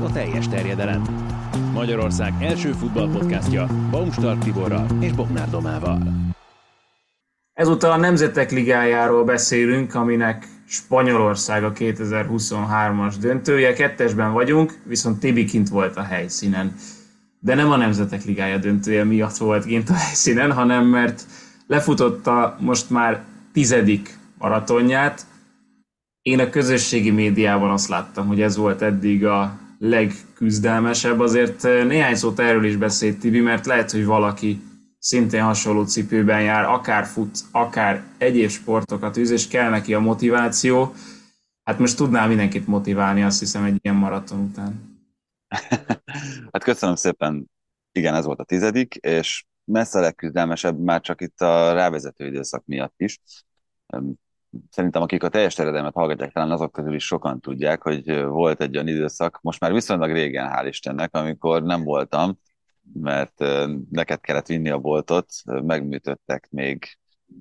a teljes terjedelem. Magyarország első futballpodcastja Baumstark Tiborral és Bognár Domával. Ezúttal a Nemzetek Ligájáról beszélünk, aminek Spanyolország a 2023-as döntője. Kettesben vagyunk, viszont Tibi kint volt a helyszínen. De nem a Nemzetek Ligája döntője miatt volt kint a helyszínen, hanem mert lefutotta most már 10. maratonját. Én a közösségi médiában azt láttam, hogy ez volt eddig a legküzdelmesebb. Azért néhány szót erről is beszélt Tibi, mert lehet, hogy valaki szintén hasonló cipőben jár, akár fut, akár egyéb sportokat űz, és kell neki a motiváció. Hát most tudnám mindenkit motiválni, azt hiszem, egy ilyen maraton után. Hát köszönöm szépen. Igen, ez volt a 10., és messze a legküzdelmesebb már csak itt a rávezető időszak miatt is. Szerintem akik a teljes terjedelmet hallgatják, talán azok közül is sokan tudják, hogy volt egy olyan időszak, most már viszonylag régen, hál' Istennek, amikor nem voltam, mert neked kellett vinni a boltot, megműtöttek még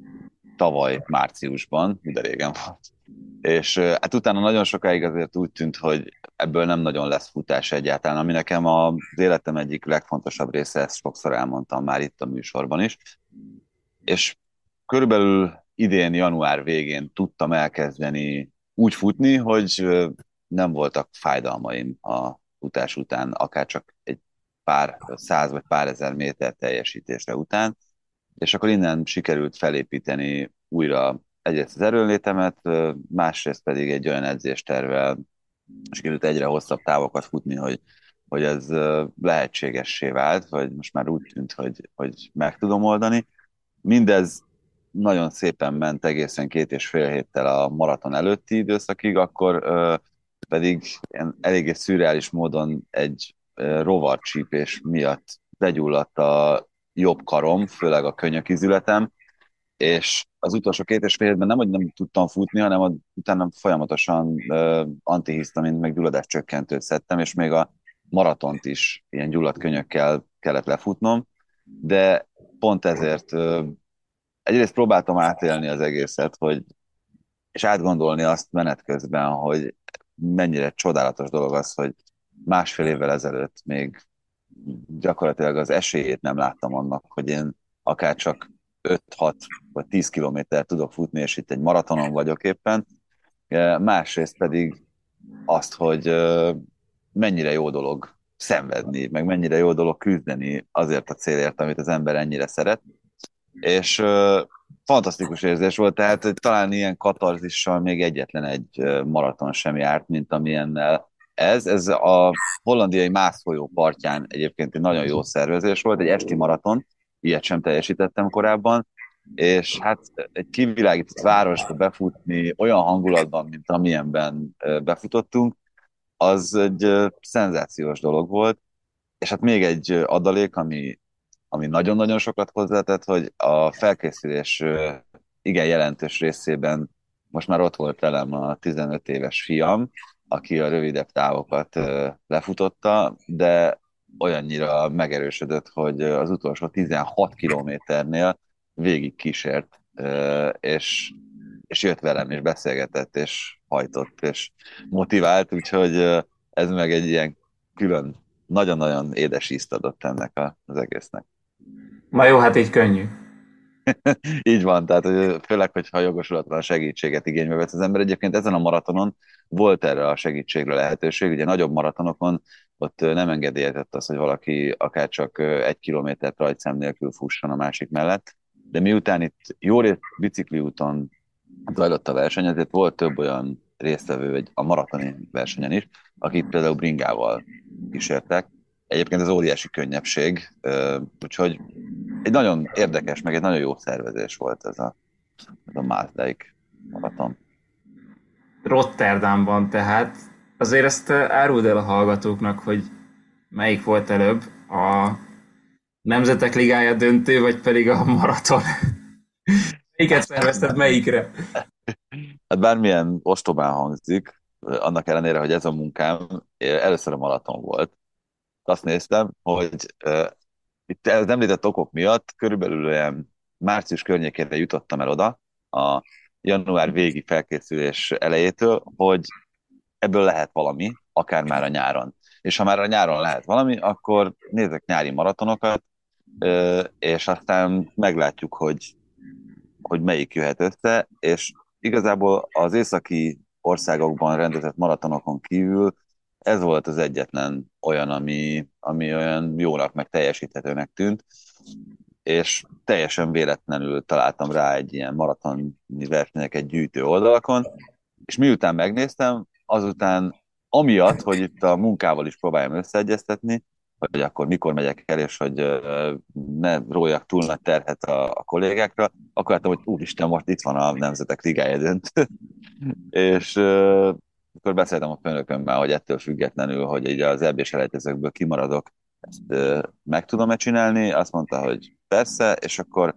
tavaly márciusban, de régen volt. És hát utána nagyon sokáig azért úgy tűnt, hogy ebből nem nagyon lesz futás egyáltalán, ami nekem az életem egyik legfontosabb része, ezt sokszor elmondtam már itt a műsorban is. És körülbelül idén január végén tudtam elkezdeni úgy futni, hogy nem voltak fájdalmaim a futás után, akár csak egy pár száz vagy pár ezer méter teljesítése után, és akkor innen sikerült felépíteni újra egyrészt az erőnlétemet, másrészt pedig egy olyan edzéstervvel sikerült egyre hosszabb távokat futni, hogy ez lehetségessé vált, vagy most már úgy tűnt, hogy meg tudom oldani. Mindez nagyon szépen ment egészen 2,5 héttel a maraton előtti időszakig, akkor pedig eléggé szürreális módon egy rovarcsípés miatt begyulladt a jobb karom, főleg a könyökizületem, és az utolsó 2,5 hétben nem, hogy nem tudtam futni, hanem utána folyamatosan antihisztamint, meg gyulladáscsökkentőt szedtem, és még a maratont is ilyen gyulladt könyökkel kellett lefutnom, de pont ezért egyrészt próbáltam átélni az egészet, és átgondolni azt menet közben, hogy mennyire csodálatos dolog az, hogy másfél évvel ezelőtt még gyakorlatilag az esélyét nem láttam annak, hogy én akár csak 5-6 vagy 10 kilométer tudok futni, és itt egy maratonon vagyok éppen. Másrészt pedig azt, hogy mennyire jó dolog szenvedni, meg mennyire jó dolog küzdeni azért a célért, amit az ember ennyire szeret. És fantasztikus érzés volt, tehát talán ilyen katarzissal még egyetlen egy maraton sem járt, mint amilyennel ez a hollandiai Maasfolyó partján egyébként egy nagyon jó szervezés volt, egy esti maraton, ilyet sem teljesítettem korábban, és hát egy kivilágított városba befutni olyan hangulatban, mint amilyenben befutottunk, az egy szenzációs dolog volt, és hát még egy adalék, ami nagyon-nagyon sokat hozzátett, hogy a felkészülés igen jelentős részében most már ott volt velem a 15 éves fiam, aki a rövidebb távokat lefutotta, de olyannyira megerősödött, hogy az utolsó 16 kilométernél végig kísért, és jött velem, és beszélgetett, és hajtott, és motivált, úgyhogy ez meg egy ilyen külön, nagyon-nagyon édes ízt adott ennek az egésznek. Na jó, hát így könnyű. Így van, tehát főleg, hogyha jogosulatlan segítséget igénybe vesz az ember. Egyébként ezen a maratonon volt erre a segítségre lehetőség, ugye nagyobb maratonokon ott nem engedélyezett az, hogy valaki akár csak 1 kilométert rajtszám nélkül fusson a másik mellett, de miután itt jó részt bicikliúton zajlott a verseny, ezért volt több olyan résztvevő a maratoni versenyen is, akik például bringával kísértek. Egyébként ez óriási könnyebbség, úgyhogy egy nagyon érdekes, meg egy nagyon jó szervezés volt ez a Maasdijk maraton. Rotterdamban tehát. Azért ezt áruld el a hallgatóknak, hogy melyik volt előbb, a Nemzetek Ligája döntő, vagy pedig a maraton. Melyiket szervezted melyikre? Hát bármilyen ostobán hangzik, annak ellenére, hogy ez a munkám először a maraton volt. Azt néztem, hogy itt az említett okok miatt körülbelül olyan március környékére jutottam el oda, a január végi felkészülés elejétől, hogy ebből lehet valami, akár már a nyáron. és ha már a nyáron lehet valami, akkor nézek nyári maratonokat, és aztán meglátjuk, hogy melyik jöhet össze, és igazából az északi országokban rendezett maratonokon kívül ez volt az egyetlen olyan, ami olyan jónak, meg teljesíthetőnek tűnt, és teljesen véletlenül találtam rá egy ilyen maratoni versenyeket gyűjtő oldalakon, és miután megnéztem, azután amiatt, hogy itt a munkával is próbáljam összeegyeztetni, hogy akkor mikor megyek el, és hogy ne róljak túl nagy terhet a kollégákra, akkor láttam, hogy úristen, most itt van a Nemzetek Ligája döntő. És akkor beszéltem a főnökömmel, hogy ettől függetlenül, hogy így az EB-s elejtezőkből kimaradok, ezt meg tudom-e csinálni? Azt mondta, hogy persze, és akkor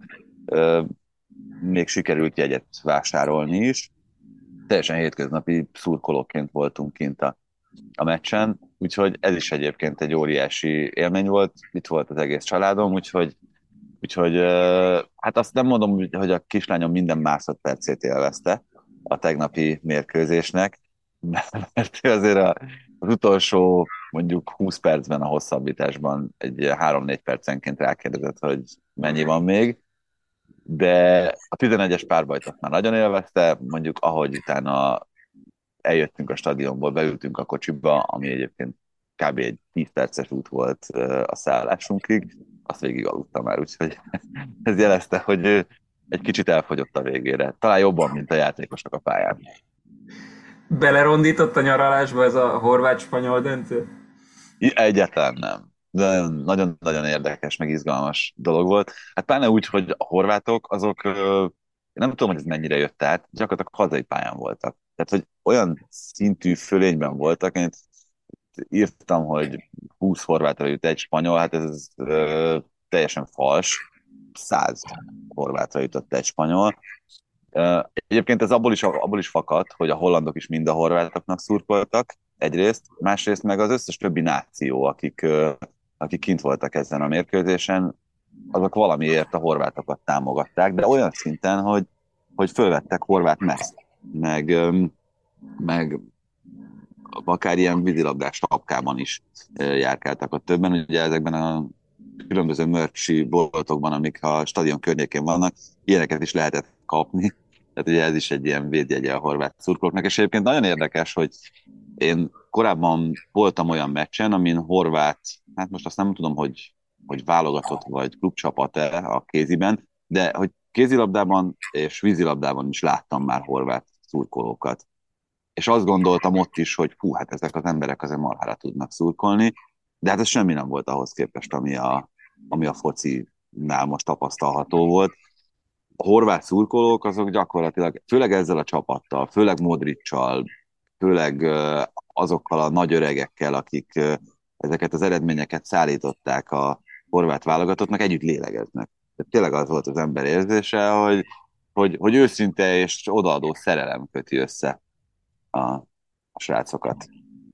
még sikerült jegyet vásárolni is. Teljesen hétköznapi szurkolóként voltunk kint a meccsen, úgyhogy ez is egyébként egy óriási élmény volt, itt volt az egész családom, úgyhogy hát azt nem mondom, hogy a kislányom minden másodpercét élvezte a tegnapi mérkőzésnek, mert ő azért az utolsó mondjuk 20 percben a hosszabbításban egy 3-4 percenként rákérdezett, hogy mennyi van még, de a 11-es párbajt azt már nagyon élvezte, mondjuk ahogy utána eljöttünk a stadionból, beültünk a kocsiba, ami egyébként kb. Egy 10 perces út volt a szállásunkig, azt végig aludtam már, úgyhogy ez jelezte, hogy ő egy kicsit elfogyott a végére. Talán jobban, mint a játékosok a pályán. Belerondított a nyaralásba ez a horvát-spanyol döntő? Egyáltalán nem. De nagyon-nagyon érdekes, meg izgalmas dolog volt. Hát pláne úgy, hogy a horvátok, azok, én nem tudom, hogy ez mennyire jött át, gyakorlatilag hazai pályán voltak. Tehát, hogy olyan szintű fölényben voltak, én írtam, hogy 20 horvátra jut egy spanyol, hát ez teljesen fals. 100 horvátra jutott egy spanyol. Egyébként ez abból is fakad, hogy a hollandok is mind a horvátoknak szurkoltak, egyrészt, másrészt meg az összes többi náció, akik kint voltak ezen a mérkőzésen, azok valamiért a horvátokat támogatták, de olyan szinten, hogy fölvettek horvát meszt, meg akár ilyen vízilabdás tapkában is járkáltak ott többen. Ugye ezekben a különböző mercsi boltokban, amik a stadion környékén vannak, ilyeneket is lehetett kapni. Tehát ugye ez is egy ilyen védjegye a horvát szurkolóknak. És egyébként nagyon érdekes, hogy én korábban voltam olyan meccsen, amin horvát, hát most azt nem tudom, hogy válogatott vagy klubcsapat-e a kéziben, de hogy kézilabdában és vízilabdában is láttam már horvát szurkolókat. És azt gondoltam ott is, hogy hú, hát ezek az emberek azért marhára tudnak szurkolni, de hát ez semmi nem volt ahhoz képest, ami a focinál most tapasztalható volt. A horvát szurkolók azok gyakorlatilag, főleg ezzel a csapattal, főleg Modriccal, főleg azokkal a nagy öregekkel, akik ezeket az eredményeket szállították a horvát válogatottnak, együtt lélegeznek. Tehát tényleg az volt az ember érzése, hogy őszinte és odaadó szerelem köti össze a srácokat.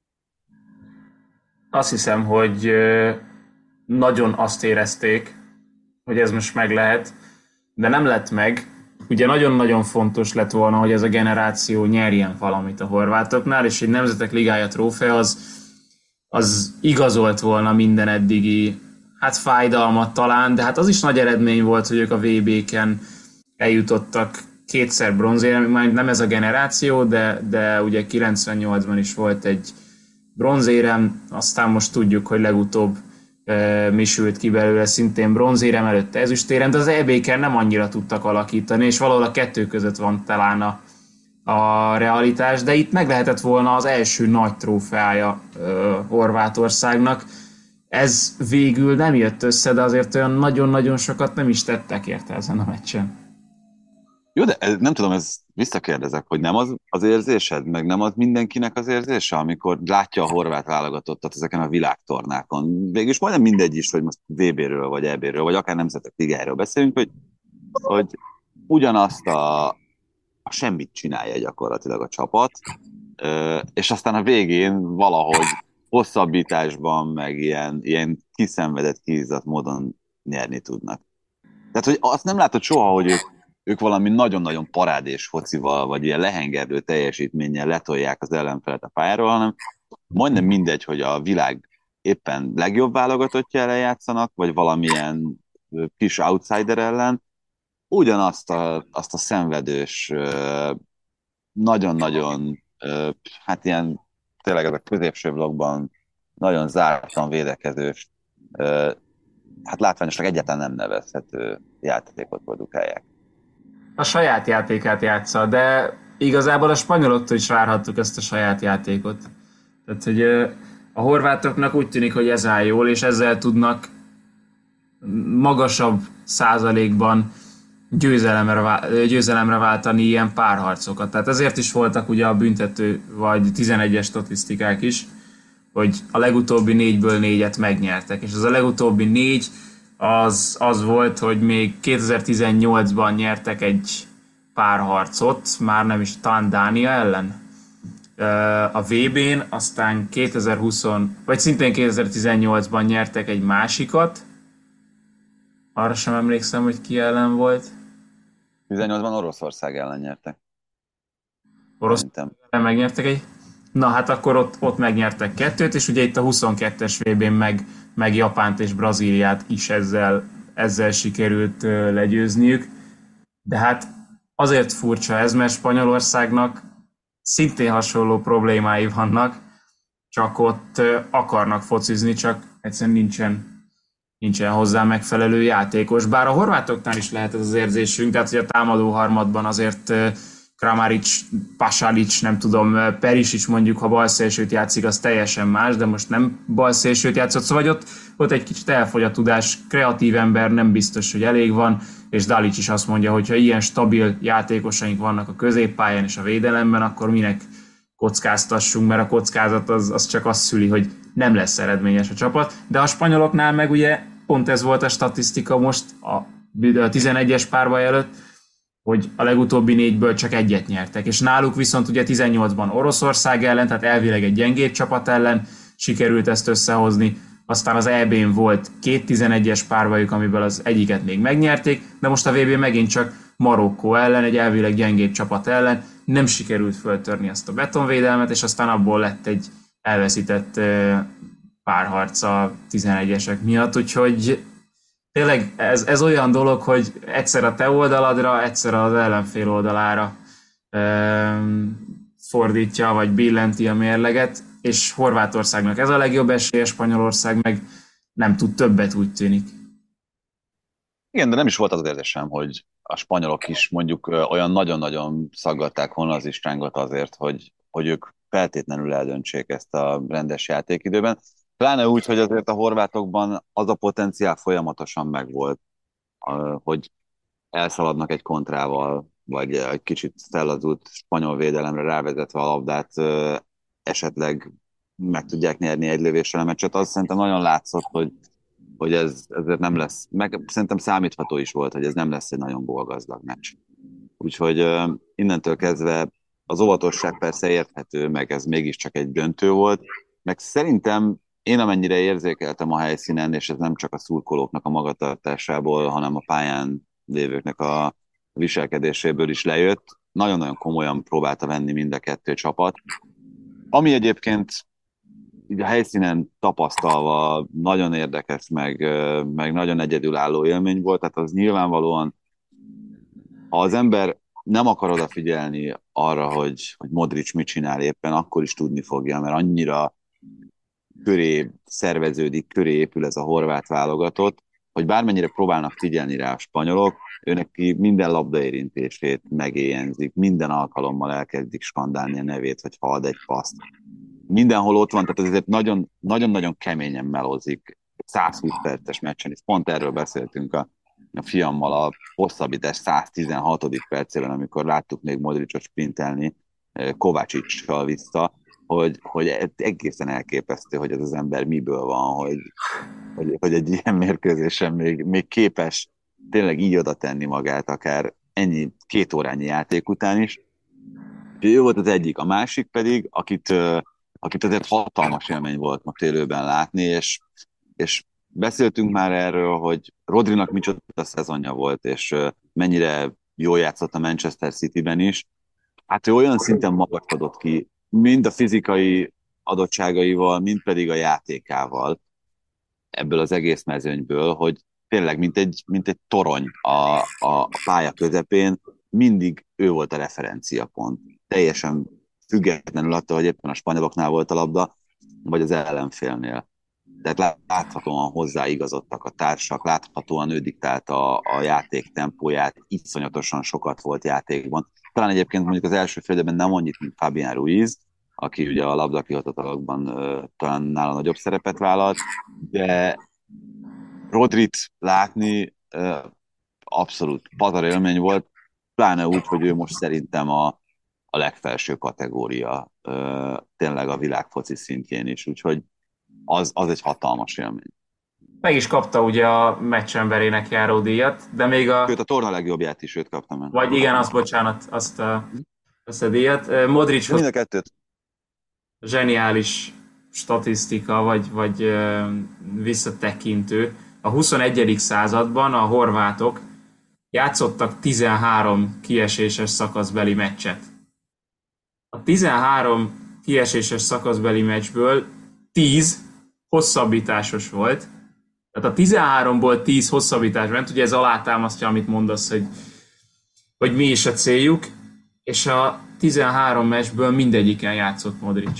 Azt hiszem, hogy nagyon azt érezték, hogy ez most meg lehet, de nem lett meg. Ugye nagyon-nagyon fontos lett volna, hogy ez a generáció nyerjen valamit a horvátoknál, és egy Nemzetek Ligája trófea az igazolt volna minden eddigi, hát fájdalmat talán, de hát az is nagy eredmény volt, hogy ők a VB-ken eljutottak kétszer bronzérem, már nem ez a generáció, de ugye 98-ban is volt egy bronzérem, aztán most tudjuk, hogy legutóbb mi sült ki belőle szintén bronzérem, előtte ezüstérem, de az EB-ken nem annyira tudtak alakítani, és valahol a kettő között van talán a realitás, de itt meg lehetett volna az első nagy trófeája Horvátországnak. Ez végül nem jött össze, de azért olyan nagyon-nagyon sokat nem is tettek érte ezen a meccsen. Jó, de nem tudom, ez visszakérdezek, hogy nem az érzésed, meg nem az mindenkinek az érzése, amikor látja a horvát válogatottat ezeken a világtornákon. Végülis majdnem mindegy is, hogy most VB-ről, vagy EB-ről, vagy akár Nemzetek Ligájáról beszélünk, hogy ugyanazt a semmit csinálja gyakorlatilag a csapat, és aztán a végén valahogy hosszabbításban, meg ilyen kiszenvedett, kiizzadt módon nyerni tudnak. Tehát, hogy azt nem látod soha, hogy ők valami nagyon-nagyon parádés focival, vagy ilyen lehengerlő teljesítménnyel letolják az ellenfelet a pályáról, hanem majdnem mindegy, hogy a világ éppen legjobb válogatottja ellen játszanak, vagy valamilyen kis outsider ellen, ugyanazt azt a szenvedős, nagyon-nagyon, hát ilyen tényleg ez a középső blokkban nagyon zártan védekezős, hát látványosan egyáltalán nem nevezhető játékot produkálják. A saját játékát játsza, de igazából a spanyoloktól is várhattuk ezt a saját játékot. Tehát, hogy a horvátoknak úgy tűnik, hogy ez áll jól, és ezzel tudnak magasabb százalékban győzelemre váltani ilyen párharcokat. Tehát ezért is voltak ugye a büntető vagy 11-es statisztikák is, hogy a legutóbbi 4-ből 4-et megnyertek. És az a legutóbbi 4 az volt, hogy még 2018-ban nyertek egy párharcot, már nem is, talán Dánia ellen a VB-n, aztán 2020, vagy szintén 2018-ban nyertek egy másikat, arra sem emlékszem, hogy ki ellen volt. 18-ban Oroszország ellen nyertek. Orosz ellen megnyertek egy. Na hát akkor ott megnyertek kettőt, és ugye itt a 22-es VB-n meg Japánt és Brazíliát is ezzel sikerült legyőzniük. De hát azért furcsa ez, mert Spanyolországnak szintén hasonló problémái vannak, csak ott akarnak focizni, csak egyszerűen nincsen hozzá megfelelő játékos. Bár a horvátoknál is lehet ez az érzésünk, tehát hogy a támadó harmadban azért Kramaric, Pasalic, nem tudom, Perisic mondjuk, ha balszélsőt játszik, az teljesen más, de most nem balszélsőt játszott, szóval ott egy kicsit elfogy a tudás, kreatív ember nem biztos, hogy elég van, és Dalic is azt mondja, hogy ha ilyen stabil játékosaink vannak a középpályán és a védelemben, akkor minek kockáztassunk, mert a kockázat az csak azt szüli, hogy nem lesz eredményes a csapat, de a spanyoloknál meg ugye pont ez volt a statisztika most a 11-es párbaj előtt, hogy a legutóbbi 4-ből csak egyet nyertek, és náluk viszont ugye 18-ban Oroszország ellen, tehát elvileg egy gyengébb csapat ellen sikerült ezt összehozni, aztán az EB-n volt 2 11-es párbajuk, amiből az egyiket még megnyerték, de most a VB megint csak Marokkó ellen, egy elvileg gyengébb csapat ellen, nem sikerült föltörni azt a betonvédelmet, és aztán abból lett egy elveszített párharc a 11-esek miatt, úgyhogy tényleg ez olyan dolog, hogy egyszer a te oldaladra, egyszer az ellenfél oldalára fordítja, vagy billenti a mérleget, és Horvátországnak ez a legjobb esélye, Spanyolország meg nem tud többet, úgy tűnik. Igen, de nem is volt az érzésem, hogy a spanyolok is mondjuk olyan nagyon-nagyon szaggatták volna az Istrángot azért, hogy ők feltétlenül eldöntsék ezt a rendes játékidőben. Pláne úgy, hogy azért a horvátokban az a potenciál folyamatosan megvolt, hogy elszaladnak egy kontrával, vagy egy kicsit fellazult spanyol védelemre rávezetve a labdát, esetleg meg tudják nyerni egy lövéssel a meccset. Az szerintem nagyon látszott, hogy ez ezért nem lesz, meg szerintem számítható is volt, hogy ez nem lesz egy nagyon gólgazdag meccs. Úgyhogy innentől kezdve az óvatosság persze érthető, meg ez mégiscsak egy döntő volt, meg szerintem én amennyire érzékeltem a helyszínen, és ez nem csak a szurkolóknak a magatartásából, hanem a pályán lévőknek a viselkedéséből is lejött, nagyon-nagyon komolyan próbálta venni mind a kettő csapat. Ami egyébként így a helyszínen tapasztalva nagyon érdekes, meg nagyon egyedülálló élmény volt, tehát az nyilvánvalóan, ha az ember nem akar odafigyelni arra, hogy Modric mit csinál éppen, akkor is tudni fogja, mert annyira köré szerveződik, köré épül ez a horvát válogatott, hogy bármennyire próbálnak figyelni rá a spanyolok, őnek minden labdaérintését megéjjenzik, minden alkalommal elkezdik skandálni a nevét, hogy ha ad egy paszt. Mindenhol ott van, tehát ezért nagyon-nagyon keményen melózik 120 perces meccsen, és pont erről beszéltünk a fiammal a hosszabbítás 116. percében, amikor láttuk még Modricot sprintelni Kovácsicsal vissza, hogy egészen elképesztő, hogy ez az ember miből van, hogy egy ilyen mérkőzésen még képes tényleg így oda tenni magát, akár ennyi 2 órányi játék után is. Ő volt az egyik, a másik pedig, akit azért hatalmas élmény volt most élőben látni, és beszéltünk már erről, hogy Rodrinak micsoda szezonja volt, és mennyire jól játszott a Manchester Cityben is. Hát ő olyan szinten magasodott ki, mind a fizikai adottságaival, mind pedig a játékával ebből az egész mezőnyből, hogy tényleg mint egy torony a pálya közepén, mindig ő volt a referenciapont. Teljesen függetlenül attól, hogy éppen a spanyoloknál volt a labda, vagy az ellenfélnél. Tehát láthatóan hozzáigazodtak a társak, láthatóan ő diktálta a játék tempóját, iszonyatosan sokat volt játékban. Talán egyébként mondjuk az első félidőben nem annyit, mint Fabián Ruiz, aki ugye a labdakihozatalokban talán nála nagyobb szerepet vállalt, de Rodrit látni abszolút pazar élmény volt, pláne úgy, hogy ő most szerintem a legfelső kategória tényleg a világfoci szintjén is, úgyhogy az egy hatalmas élmény. Meg is kapta ugye a meccsemberének járó díjat, de még Őt a torna legjobbját is őt kaptam meg. Vagy igen, bocsánat, azt a díjat. Modrichoz mind a kettőt. Zseniális statisztika, vagy visszatekintő. A 21. században a horvátok játszottak 13 kieséses szakaszbeli meccset. A 13 kieséses szakaszbeli meccsből 10 hosszabbításos volt. Tehát a 13-ból 10 hosszabbítás ment, ugye ez alátámasztja, amit mondasz, hogy mi is a céljuk, és a 13 meccsből mindegyiken játszott Modric.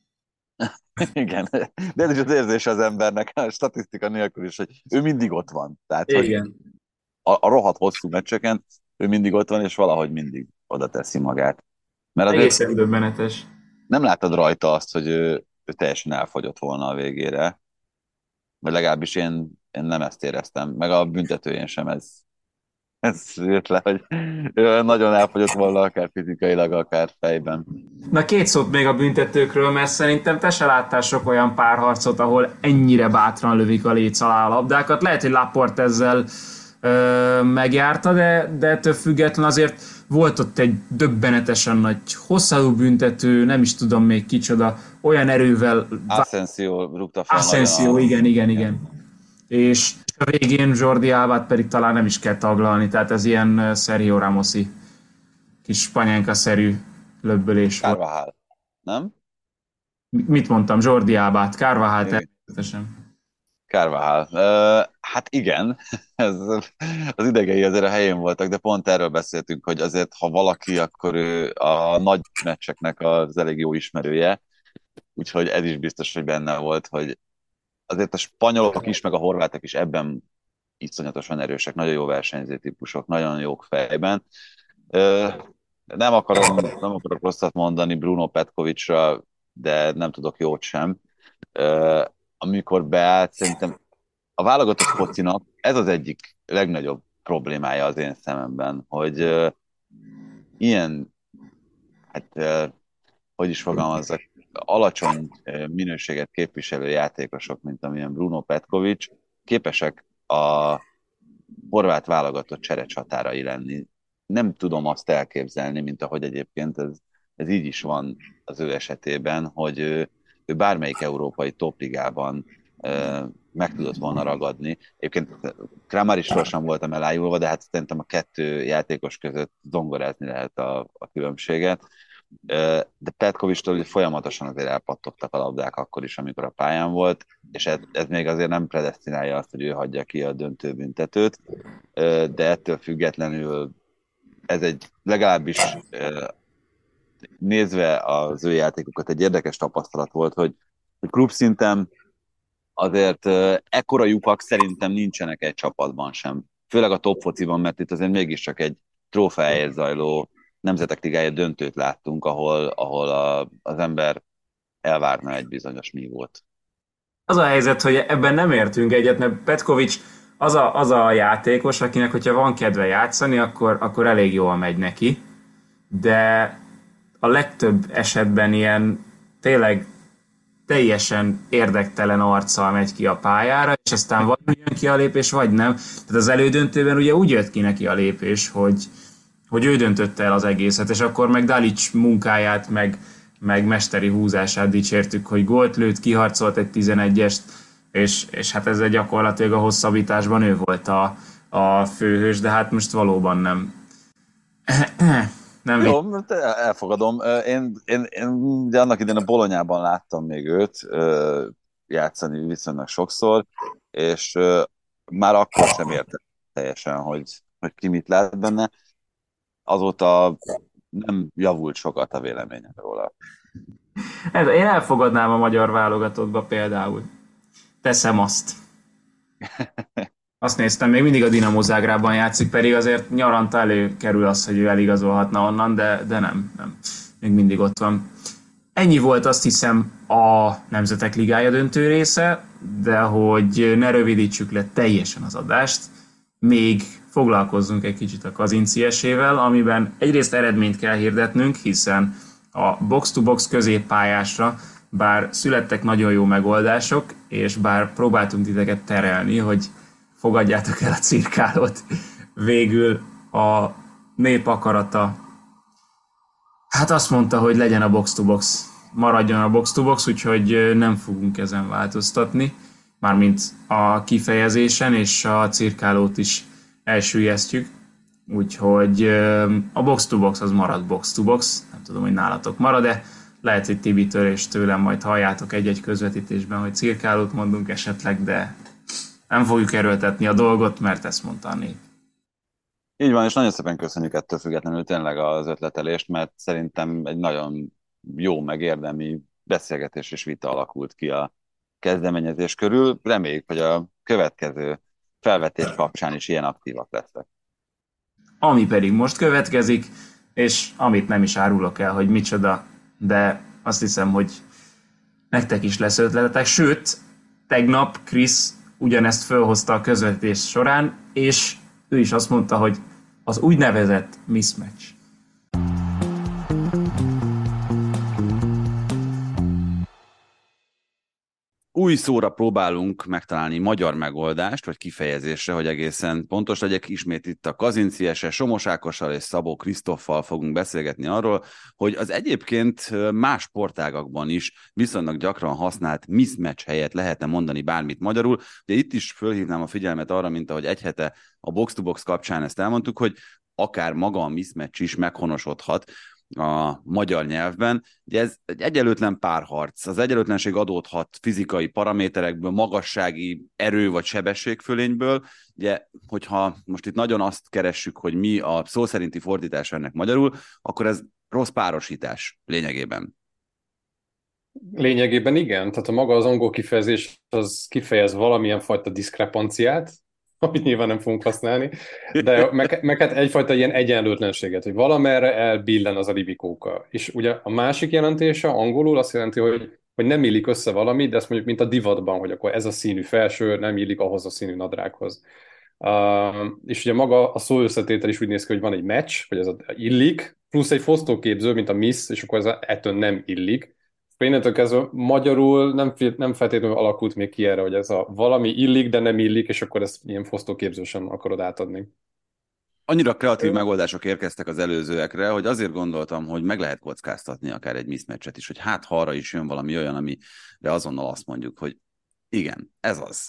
Igen, de ez is az érzés az embernek, a statisztika nélkül is, hogy ő mindig ott van. Tehát, igen. Hogy a rohadt hosszú meccseken ő mindig ott van, és valahogy mindig oda teszi magát. Mert egészen döbbenetes. Nem láttad rajta azt, hogy ő teljesen elfogyott volna a végére. Vagy legalábbis én nem ezt éreztem. Meg a büntetőjén sem ez jött le, hogy ő nagyon elfogyott volna, akár fizikailag, akár fejben. Na, két szót még a büntetőkről, mert szerintem te se láttál sok olyan párharcot, ahol ennyire bátran lövik a léc alá a labdákat. Lehet, hogy Laporte ezzel megjárta, de ettől független azért volt ott egy döbbenetesen nagy hosszú büntető, nem is tudom még kicsoda, olyan erővel... Asensio rúgta fel. Asensio, igen. És a végén Jordi Albát pedig talán nem is kell taglalni, tehát ez ilyen Sergio Ramoszi kis spanyánka-szerű löbbölés volt. Carvajal, nem? Mit mondtam? Jordi Albát, Carvajal természetesen. Carvajal. Hát igen, az idegei azért a helyén voltak, de pont erről beszéltünk, hogy azért, ha valaki, akkor ő a nagy meccseknek az elég jó ismerője, úgyhogy ez is biztos, hogy benne volt, hogy azért a spanyolok is, meg a horvátok is ebben iszonyatosan erősek, nagyon jó versenyző típusok, nagyon jók fejben. Nem akarok rosszat mondani Bruno Petkovicsra, de nem tudok jót sem. Amikor beállt, szerintem a válogatott focinak ez az egyik legnagyobb problémája az én szememben, hogy ilyen, hát hogy is fogalmazzak, alacsony minőséget képviselő játékosok, mint amilyen Bruno Petkovics, képesek a horvát válogatott cserecsatárai lenni. Nem tudom azt elképzelni, mint ahogy egyébként ez így is van az ő esetében, hogy ő bármelyik európai topligában meg tudott volna ragadni. Egyébként Kramarisról sem voltam elájulva, de hát szerintem a kettő játékos között zongorázni lehet a különbséget. De Petkovicstól folyamatosan azért elpattogtak a labdák akkor is, amikor a pályán volt, és ez még azért nem predesztinálja azt, hogy ő hagyja ki a döntőbüntetőt, de ettől függetlenül ez egy legalábbis nézve az ő játékokat egy érdekes tapasztalat volt, hogy klubszinten azért ekkora lyukak szerintem nincsenek egy csapatban sem. Főleg a top fociban, mert itt azért mégiscsak egy trófeáért zajló Nemzetek Ligája döntőt láttunk, ahol az ember elvárna egy bizonyos nívót. Az a helyzet, hogy ebben nem értünk egyet, mert Petkovics az a játékos, akinek, hogyha van kedve játszani, akkor elég jól megy neki, de a legtöbb esetben ilyen tényleg teljesen érdektelen arccal megy ki a pályára, és aztán vagy jön ki a lépés, vagy nem. Tehát az elődöntőben ugye úgy jött ki neki a lépés, hogy ő döntötte el az egészet, és akkor meg Dalic munkáját, meg mesteri húzását dicsértük, hogy gólt lőtt, kiharcolt egy 11-est, és hát ez gyakorlatilag a hosszabbításban ő volt a főhős, de hát most valóban nem. Nem vicc. Jó, elfogadom. Én ugye annak idején a Bolonyában láttam még őt játszani viszonylag sokszor, és már akkor sem értem teljesen, hogy ki mit lát benne. Azóta nem javult sokat a véleményem róla. Én elfogadnám a magyar válogatottba például. Teszem azt. Azt néztem, még mindig a Dinamo Zágrában játszik, pedig azért nyaranta előkerül az, hogy ő eligazolhatna onnan, de nem. Még mindig ott van. Ennyi volt azt hiszem a Nemzetek Ligája döntő része, de hogy ne rövidítsük le teljesen az adást, még foglalkozzunk egy kicsit a Kazinci esével, amiben egyrészt eredményt kell hirdetnünk, hiszen a box-to-box középpályásra bár születtek nagyon jó megoldások, és bár próbáltunk titeket terelni, hogy fogadjátok el a cirkálót, végül a nép akarata hát azt mondta, hogy legyen a box-to-box, maradjon a box-to-box, úgyhogy nem fogunk ezen változtatni, mármint a kifejezésen, és a cirkálót is elsüllyesztjük, úgyhogy a box-to-box az marad box-to-box, nem tudom, hogy nálatok marad-e, lehet, hogy Tibitől és tőlem majd halljátok egy-egy közvetítésben, hogy cirkálót mondunk esetleg, de nem fogjuk erőltetni a dolgot, mert ezt mondta a nép. Így van, és nagyon szépen köszönjük ettől függetlenül tényleg az ötletelést, mert szerintem egy nagyon jó, meg érdemi beszélgetés és vita alakult ki a kezdeményezés körül. Reméljük, hogy a következő felvetés kapcsán is ilyen aktívak lesznek. Ami pedig most következik, és amit nem is árulok el, hogy micsoda, de azt hiszem, hogy nektek is lesz ötletetek, sőt, tegnap Krisz ugyanezt felhozta a közvetítés során, és ő is azt mondta, hogy az úgynevezett mismatch. Új szóra próbálunk megtalálni magyar megoldást, vagy kifejezésre, hogy egészen pontos legyek. Ismét itt a Kazinci ese, Somos Ákossal és Szabó Krisztoffal fogunk beszélgetni arról, hogy az egyébként más sportágakban is viszonylag gyakran használt mismatch helyett lehetne mondani bármit magyarul, de itt is fölhívnám a figyelmet arra, mint ahogy egy hete a box-to-box kapcsán ezt elmondtuk, hogy akár maga a mismatch is meghonosodhat a magyar nyelvben. Ugye ez egy egyenlőtlen párharc. Az egyenlőtlenség adódhat fizikai paraméterekből, magassági erő vagy sebességfölényből. Ugye, hogyha most itt nagyon azt keressük, hogy mi a szó szerinti fordítás ennek magyarul, akkor ez rossz párosítás lényegében. Lényegében igen, tehát a maga az angol kifejezés az kifejez valamilyen fajta diszkrepanciát, amit nyilván nem fogunk használni, de meg hát egyfajta ilyen egyenlőtlenséget, hogy valamerre elbillen az a libikóka. És ugye a másik jelentése angolul azt jelenti, hogy nem illik össze valami, de ezt mondjuk, mint a divatban, hogy akkor ez a színű felső nem illik ahhoz a színű nadrághoz. És ugye maga a szó összetétel is úgy néz ki, hogy van egy match, hogy ez a illik, plusz egy fosztóképző, mint a miss, és akkor ez ettől nem illik. Innentől kezdve magyarul nem feltétlenül alakult még ki erre, hogy ez a valami illik, de nem illik, és akkor ezt ilyen fosztóképzősen akarod átadni. Annyira kreatív megoldások érkeztek az előzőekre, hogy azért gondoltam, hogy meg lehet kockáztatni akár egy mismatchet is, hogy hát ha arra is jön valami olyan, amire azonnal azt mondjuk, hogy igen, ez az.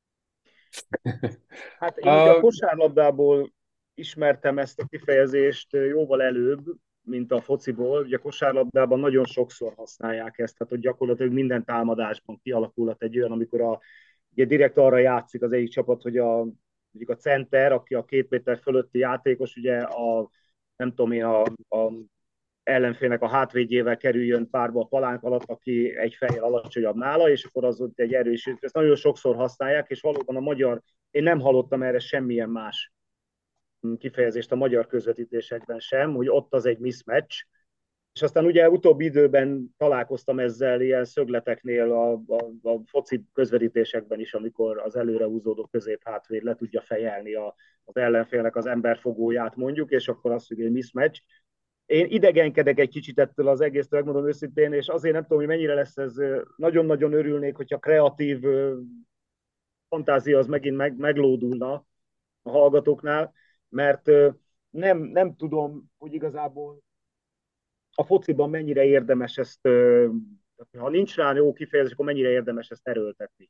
Hát én ugye a kosárlabdából ismertem ezt a kifejezést jóval előbb, mint a fociból. Ugye a kosárlabdában nagyon sokszor használják ezt, tehát hogy gyakorlatilag minden támadásban kialakulhat egy olyan, amikor ugye direkt arra játszik az egyik csapat, hogy mondjuk a center, aki a 2 méter fölötti játékos, ugye nem tudom én, a ellenfélnek a hátvédjével kerüljön párba a palánk alatt, aki egy fejjel alacsonyabb nála, és akkor az ott egy erős. Ezt nagyon sokszor használják, és valóban a magyar, én nem hallottam erre semmilyen más kifejezést a magyar közvetítésekben sem, hogy ott az egy mismatch, és aztán ugye utóbbi időben találkoztam ezzel ilyen szögleteknél a foci közvetítésekben is, amikor az előrehúzódó közép-hátvéd le tudja fejelni az ellenfélnek az emberfogóját mondjuk, és akkor azt mondja, hogy mismatch. Én idegenkedek egy kicsit ettől az egésztől, megmondom őszintén, és azért nem tudom, hogy mennyire lesz ez. Nagyon-nagyon örülnék, hogyha kreatív fantázia az megint meglódulna a hallgatóknál, mert nem tudom, hogy igazából a fociban mennyire érdemes ezt, ha nincs rá jó kifejezés, akkor mennyire érdemes ezt erőltetni.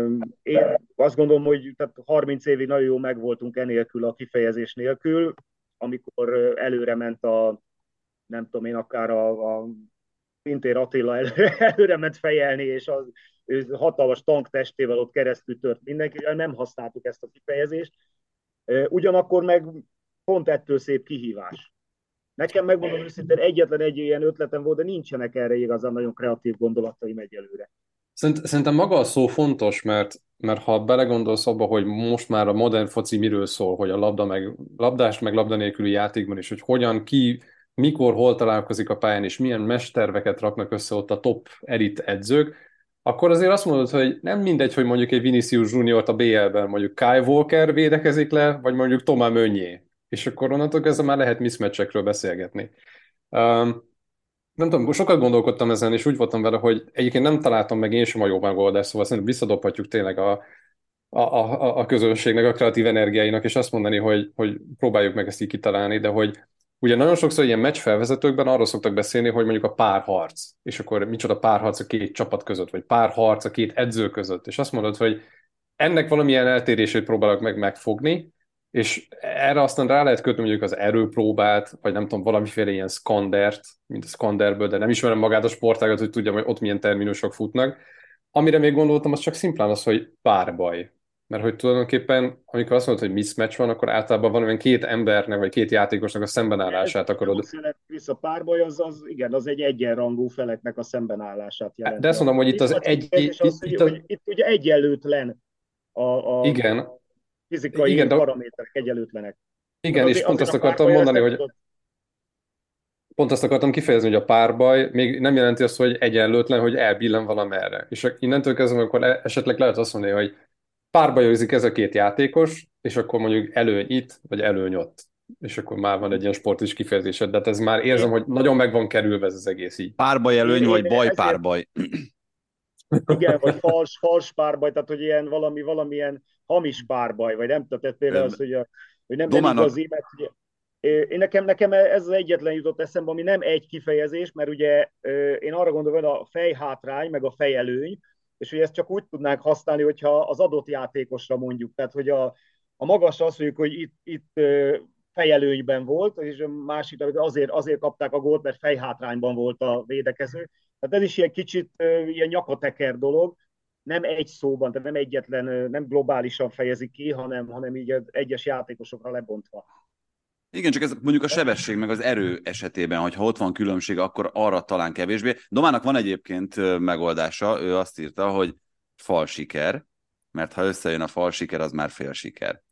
Én azt gondolom, hogy tehát 30 évig nagyon jó megvoltunk enélkül a kifejezés nélkül. amikor előre ment nem tudom én, akár a Pintér Attila előre ment fejelni, és az ő hatalmas tanktestével ott keresztül tört mindenki, nem használtuk ezt a kifejezést. Ugyanakkor meg pont ettől szép kihívás. Nekem megmondom őszintén, egyetlen egy ilyen ötletem volt, de nincsenek erre igazán nagyon kreatív gondolataim egyelőre. Szerintem maga a szó fontos, mert ha belegondolsz abba, hogy most már a modern foci miről szól, hogy a labdás meg labda nélküli játékban is, hogy hogyan, ki, mikor, hol találkozik a pályán, és milyen mesterveket raknak össze ott a top elit edzők, akkor azért azt mondod, hogy nem mindegy, hogy mondjuk egy Vinicius Juniort a BL-ben mondjuk Kyle Walker védekezik le, vagy mondjuk Thomas Meunier. És akkor onnantól kezdve már lehet mismatchekről beszélgetni. Nem tudom, sokat gondolkodtam ezen, és úgy voltam vele, hogy egyébként nem találtam meg én sem a jó megoldást, szóval szerintem visszadobhatjuk tényleg a közönségnek, a kreatív energiáinak, és azt mondani, hogy próbáljuk meg ezt így kitalálni, de hogy ugye nagyon sokszor ilyen meccs felvezetőkben arról szoktak beszélni, hogy mondjuk a párharc, és akkor micsoda párharc a két csapat között, vagy párharc a két edző között, és azt mondod, hogy ennek valamilyen eltérését próbálok meg megfogni, és erre aztán rá lehet kötni mondjuk az erőpróbát, vagy nem tudom, valamiféle ilyen skandert, mint a skanderből, de nem ismerem magát a sportágat, hogy tudjam, hogy ott milyen terminusok futnak. Amire még gondoltam, az csak szimplán az, hogy párbaj. Mert hogy tulajdonképpen, amikor azt mondod, hogy mismatch van, akkor általában van olyan két embernek, vagy két játékosnak a szembenállását akarod. A párbaj igen, az egy egyenrangú feleknek a szembenállását jelenti. De azt mondom, hogy itt az itt ugye egyenlőtlen a igen. fizikai igen, paraméterek egyenlőtlenek. Igen, és pont azt akartam mondani, hogy pont azt akartam kifejezni, hogy a párbaj még nem jelenti azt, hogy egyenlőtlen, hogy elbillen valamerre. És innentől kezdve, akkor esetleg lehet azt mondani, hogy párbajozik ez a két játékos, és akkor mondjuk előny itt, vagy előny ott. És akkor már van egy ilyen sportis kifejezésed, de hát ez már érzem, hogy nagyon meg van kerülve ez az egész így. Párbaj előny, vagy bajpárbaj. Igen, vagy fals párbaj, tehát hogy ilyen valamilyen hamis párbaj, vagy nem tudom, tehát például az, hogy nem igazi, mert ugye, nekem ez az egyetlen jutott eszembe, ami nem egy kifejezés, mert ugye én arra gondolom, hogy a fejhátrány, meg a fejelőny, és hogy ezt csak úgy tudnánk használni, hogyha az adott játékosra mondjuk, tehát hogy a magasra azt mondjuk, hogy itt fejelőnyben volt, és a másik, azért kapták a gólt, mert fejhátrányban volt a védekező. Tehát ez is ilyen kicsit ilyen nyakateker dolog, nem egy szóban, tehát nem egyetlen, nem globálisan fejezik ki, hanem így az egyes játékosokra lebontva. Igen, csak ez mondjuk a sebesség meg az erő esetében, hogyha ott van különbség, akkor arra talán kevésbé. Domának van egyébként megoldása, ő azt írta, hogy fal siker, mert ha összejön a fal siker, az már fél siker.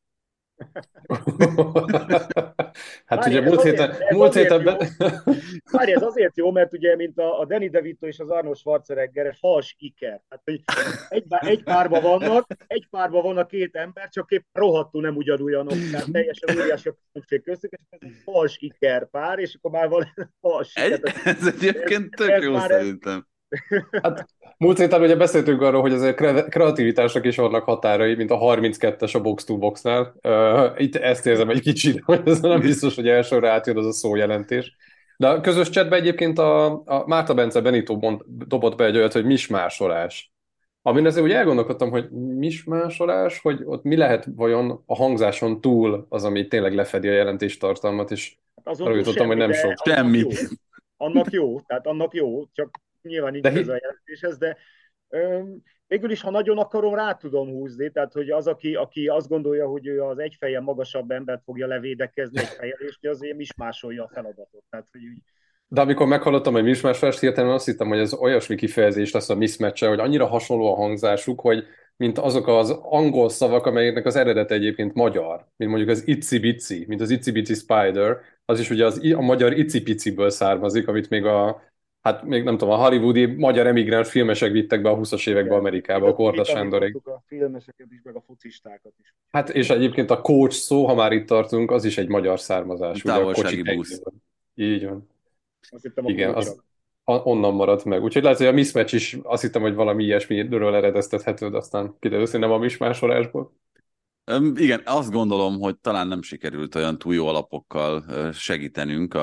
Hát ugye múlt héten... Várj, ez azért jó, mert ugye, mint a Danny DeVito és az Arnold Schwarzenegger, fals iker. Hát, hogy egy párban van a két ember, csak épp rohadtul nem ugyanolyanok, tehát teljesen óriási a különbség köztük, és ez egy fals iker pár, és akkor már van fals siker. Ez egyébként tök jó szerintem. Hát, múlt héten ugye beszéltünk arról, hogy azért kreativitásnak is vannak határai, mint a 32-es a box-to-boxnál. Itt ezt érzem egy kicsit, hogy ez nem biztos, hogy elsőre átjön az a szójelentés. De a közös chatben egyébként a Márta Bence Benito dobott be egy olyat, hogy mismásolás. Amin azért úgy elgondolkodtam, hogy mismásolás, hogy ott mi lehet vajon a hangzáson túl az, ami tényleg lefedi a jelentéstartalmat, és arra jutottam, hogy nem sok. Semmi. Annak jó, csak nyilván nincs ez a jelentéshez, de végül is, ha nagyon akarom, rá tudom húzni, tehát hogy az, aki azt gondolja, hogy ő az egy fejjel magasabb embert fogja levédekezni egy fejjel, és azért mismásolja a feladatot. Tehát, hogy úgy... De amikor meghallottam egy mismásolást, hirtelen azt hittem, hogy ez olyasmi kifejezés lesz a mismatch, hogy annyira hasonló a hangzásuk, hogy mint azok az angol szavak, amelyeknek az eredete egyébként magyar, mint mondjuk az icibici, mint az icibici spider, az is ugye a magyar icipiciből származik, amit még még nem tudom, a hollywoodi magyar emigráns filmesek vittek be a 20-as években Amerikába, a Korda Sándorék. A filmeseket is, meg a focistákat is. Hát és egyébként a coach szó, ha már itt tartunk, az is egy magyar származás. Távolsági busz. Így van. Azt hittem, igen, onnan maradt meg. Úgyhogy lehet, hogy a mismatch is azt hittem, hogy valami ilyesmiről eredeztethető, de aztán kiderült, hogy nem a mismásolásból. Igen, azt gondolom, hogy talán nem sikerült olyan túl jó alapokkal segítenünk a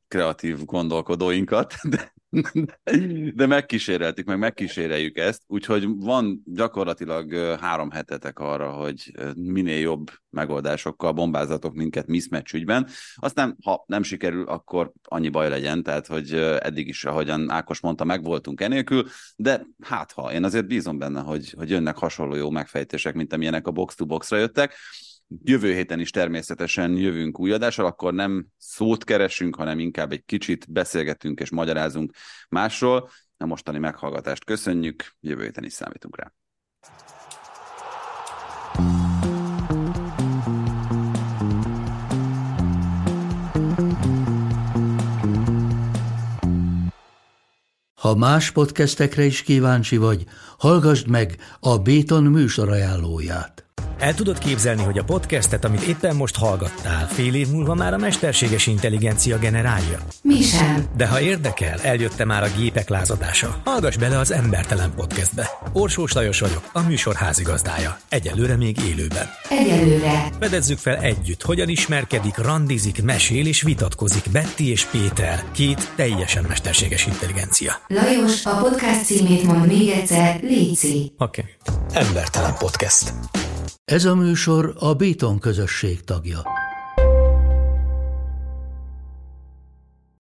kreatív gondolkodóinkat, de megkíséreljük ezt, úgyhogy van gyakorlatilag 3 hetetek arra, hogy minél jobb megoldásokkal bombázatok minket mismatch ügyben. Aztán, ha nem sikerül, akkor annyi baj legyen, tehát, hogy eddig is, ahogyan Ákos mondta, megvoltunk enélkül, de hát ha, én azért bízom benne, hogy jönnek hasonló jó megfejtések, mint amilyenek a box-to-boxra jöttek. Jövő héten is természetesen jövünk új adással, akkor nem szót keresünk, hanem inkább egy kicsit beszélgetünk és magyarázunk másról. A mostani meghallgatást köszönjük, jövő héten is számítunk rá. Ha más podcastekre is kíváncsi vagy, hallgassd meg a Béton műsor ajánlóját. El tudod képzelni, hogy a podcastet, amit éppen most hallgattál, fél év múlva már a mesterséges intelligencia generálja? Mi sem. De ha érdekel, eljött már a gépek lázadása. Hallgass bele az Embertelen podcastbe. Orsós Lajos vagyok, a műsor házigazdája. Egyelőre még élőben. Egyelőre. Fedezzük fel együtt, hogyan ismerkedik, randizik, mesél és vitatkozik Betty és Péter, 2 teljesen mesterséges intelligencia. Lajos, a podcast címét mondd még egyszer, léci. Oké. Embertelen podcast. Ez a műsor a Béton közösség tagja.